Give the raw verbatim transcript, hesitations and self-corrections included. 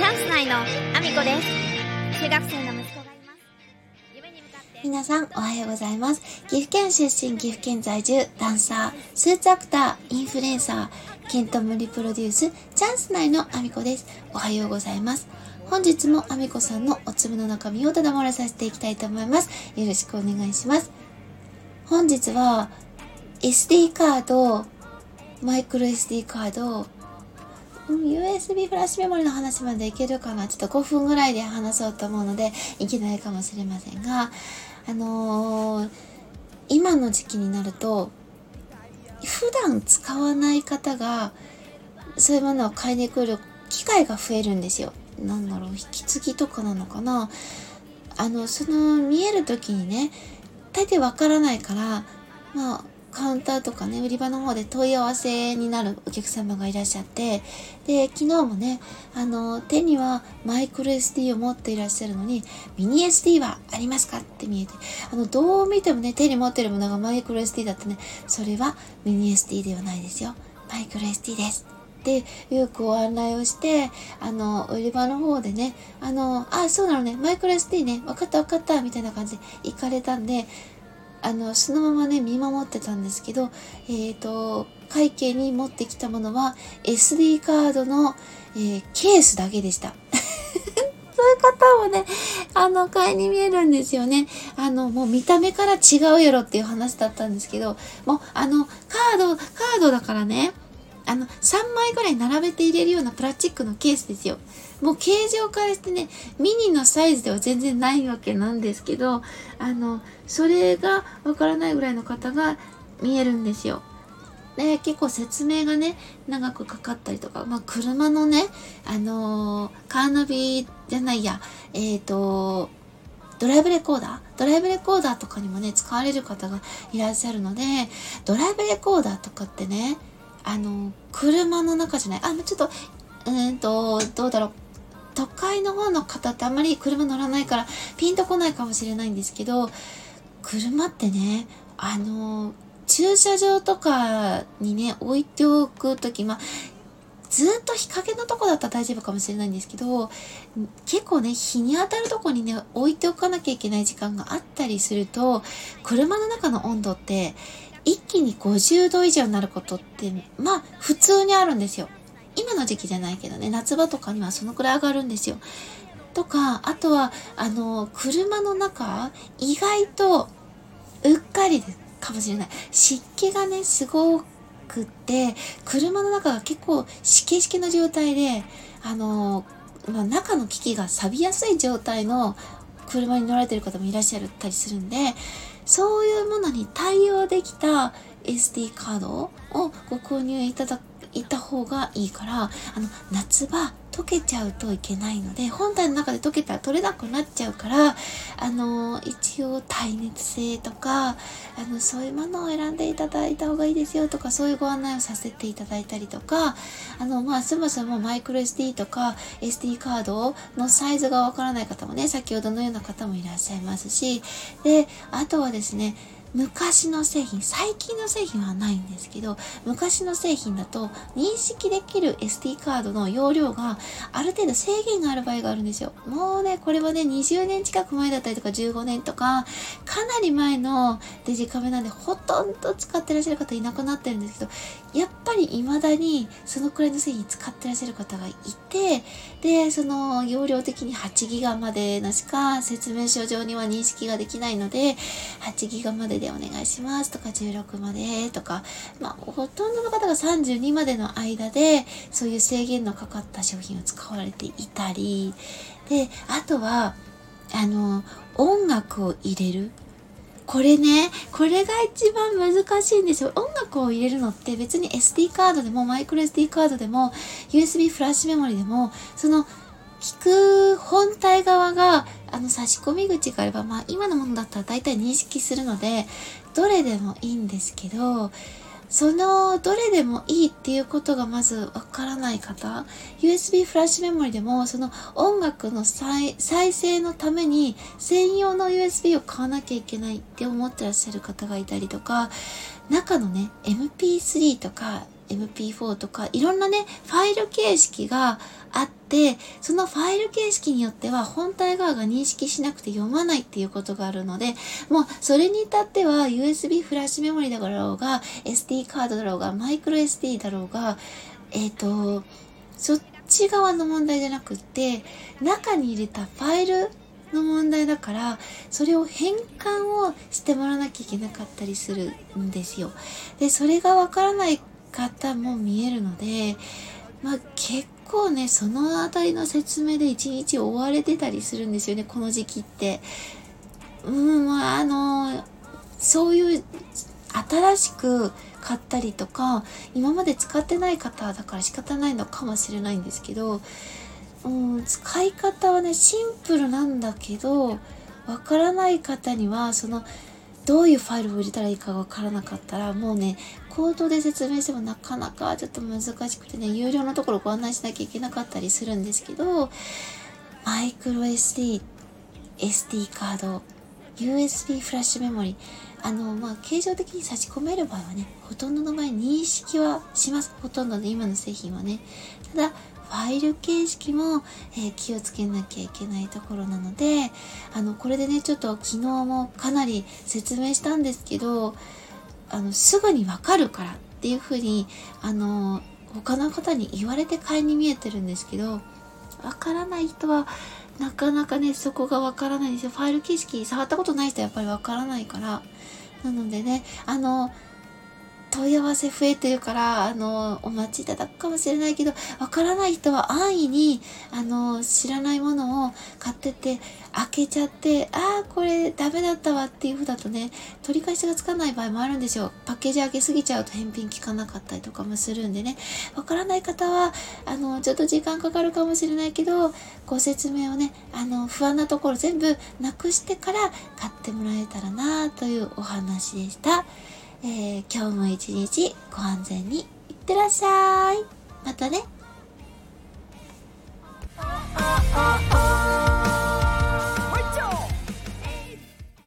チャンス内のアミコです。中学生の息子がいます。夢に向かって皆さんおはようございます。岐阜県出身、岐阜県在住、ダンサー、スーツアクター、インフルエンサー、ケントムリプロデュース、チャンス内のアミコです。おはようございます。本日もアミコさんのおつむの中身をただ漏れさせていきたいと思います。よろしくお願いします。本日は エスディー カード、マイクロ エスディー カード、ユーエスビー フラッシュメモリの話までいけるかな。ちょっとごふんぐらいで話そうと思うのでいけないかもしれませんが、あのー、今の時期になると普段使わない方がそういうものを買いに来る機会が増えるんですよ。なんだろう、引き継ぎとかなのかな。あのその見える時にね、大抵わからないから、まあカウンターとかね、売り場の方で問い合わせになるお客様がいらっしゃって、で、昨日もね、あの、手にはマイクロ エスディー を持っていらっしゃるのに、ミニ エスディー はありますかって見えて、あの、どう見てもね、手に持ってるものがマイクロ エスディー だってね、それはミニ エスディー ではないですよ。マイクロ エスディー です。で、よくご案内をして、あの、売り場の方でね、あの、あ、そうなのね、マイクロ エスディー ね、わかったわかった、みたいな感じで行かれたんで、あの、そのままね、見守ってたんですけど、えっと、会計に持ってきたものは エスディー カードの、えー、ケースだけでした。そういう方もね、あの、買いに見えるんですよね。あの、もう見た目から違うやろっていう話だったんですけど、もう、あの、カード、カードだからね、あの、さんまいぐらい並べて入れるようなプラスチックのケースですよ。もう形状からしてね、ミニのサイズでは全然ないわけなんですけど、あの、それがわからないぐらいの方が見えるんですよ。で、結構説明がね、長くかかったりとか、まあ、車のね、あのー、カーナビじゃないや、えっと、ドライブレコーダードライブレコーダーとかにもね、使われる方がいらっしゃるので、ドライブレコーダーとかってね、あの、車の中じゃない、あ、ちょっと、うーんと、どうだろう、都会の方の方ってあんまり車乗らないからピンとこないかもしれないんですけど、車ってね、あの、駐車場とかにね、置いておくとき、まあ、ずっと日陰のとこだったら大丈夫かもしれないんですけど、結構ね、日に当たるとこにね、置いておかなきゃいけない時間があったりすると、車の中の温度って一気にごじゅうど以上になることって、まあ、普通にあるんですよ。今の時期じゃないけどね、夏場とかにはそのくらい上がるんですよ。とか、あとは、あの、車の中、意外と、うっかりかもしれない。湿気がね、すごくって、車の中が結構、湿気湿気の状態で、あの、まあ、中の機器が錆びやすい状態の車に乗られてる方もいらっしゃったりするんで、そういうものに対応できた エスディー カードをご購入いただいた方がいいから、あの、夏場溶けちゃうといけないので、本体の中で溶けたら取れなくなっちゃうから、あの、一応耐熱性とか、あの、そういうものを選んでいただいた方がいいですよとか、そういうご案内をさせていただいたりとか、あの、まあ、そもそもマイクロ エスディー とか エスディー カードのサイズがわからない方もね、先ほどのような方もいらっしゃいますし、で、あとはですね、昔の製品、最近の製品はないんですけど、昔の製品だと認識できる エスディー カードの容量がある程度制限がある場合があるんですよ。もうね、これはね、にじゅうねん近く前だったりとかじゅうごねんとか、かなり前のデジカメなんで、ほとんど使ってらっしゃる方いなくなってるんですけど、やっぱり未だにそのくらいの製品使ってらっしゃる方がいて、で、その容量的にはちギガまでのしか説明書上には認識ができないので、はちギガまででお願いしますとか、じゅうろくまでとか、まあ、ほとんどの方がさんじゅうにまでの間で、そういう制限のかかった商品を使われていたり、で、あとは、あの、音楽を入れる。これね、これが一番難しいんですよ。音楽を入れるのって別に エスディー カードでも、マイクロ エスディー カードでも、ユーエスビー フラッシュメモリでも、その、聞く本体側が、あの、差し込み口があれば、まあ、今のものだったら大体認識するので、どれでもいいんですけど、その、どれでもいいっていうことがまずわからない方、ユーエスビー フラッシュメモリでも、その音楽の再、再生のために専用の ユーエスビー を買わなきゃいけないって思ってらっしゃる方がいたりとか、中のね、エムピースリー とか エムピーフォー とか、いろんなね、ファイル形式があって、そのファイル形式によっては本体側が認識しなくて読まないっていうことがあるので、もうそれに至っては ユーエスビー フラッシュメモリだろうが エスディー カードだろうがマイクロ エスディー だろうが、えっとそっち側の問題じゃなくって、中に入れたファイルの問題だから、それを変換をしてもらわなきゃいけなかったりするんですよ。で、それがわからない方も見えるので、まあ結構ね、そのあたりの説明で一日追われてたりするんですよね、この時期って。うん、まああの、そういう新しく買ったりとか、今まで使ってない方だから仕方ないのかもしれないんですけど、うん、使い方はね、シンプルなんだけど、わからない方には、その、どういうファイルを入れたらいいかわからなかったら、もうね、口頭で説明してもなかなかちょっと難しくてね、有料のところご案内しなきゃいけなかったりするんですけど、マイクロ エスディー、エスディー カード、ユーエスビー フラッシュメモリ、あの、まあ、形状的に差し込める場合はね、ほとんどの場合認識はします。ほとんどで、今の製品はね。ただ、ファイル形式も、えー、気をつけなきゃいけないところなので、あの、これでね、ちょっと昨日もかなり説明したんですけど、あの、すぐにわかるからっていうふうに、あの、他の方に言われて買いに見えてるんですけど、わからない人は、なかなかね、そこがわからないんですよ。ファイル形式触ったことない人はやっぱりわからないから。なのでね、あの、問い合わせ増えてるから、あの、お待ちいただくかもしれないけど、わからない人は安易に、あの、知らないものを買ってて、開けちゃって、ああ、これダメだったわっていう風だとね、取り返しがつかない場合もあるんですよ。パッケージ開けすぎちゃうと返品効かなかったりとかもするんでね。わからない方は、あの、ちょっと時間かかるかもしれないけど、ご説明をね、あの、不安なところ全部なくしてから買ってもらえたらなというお話でした。えー、今日も一日ご安全にいってらっしゃい。またね。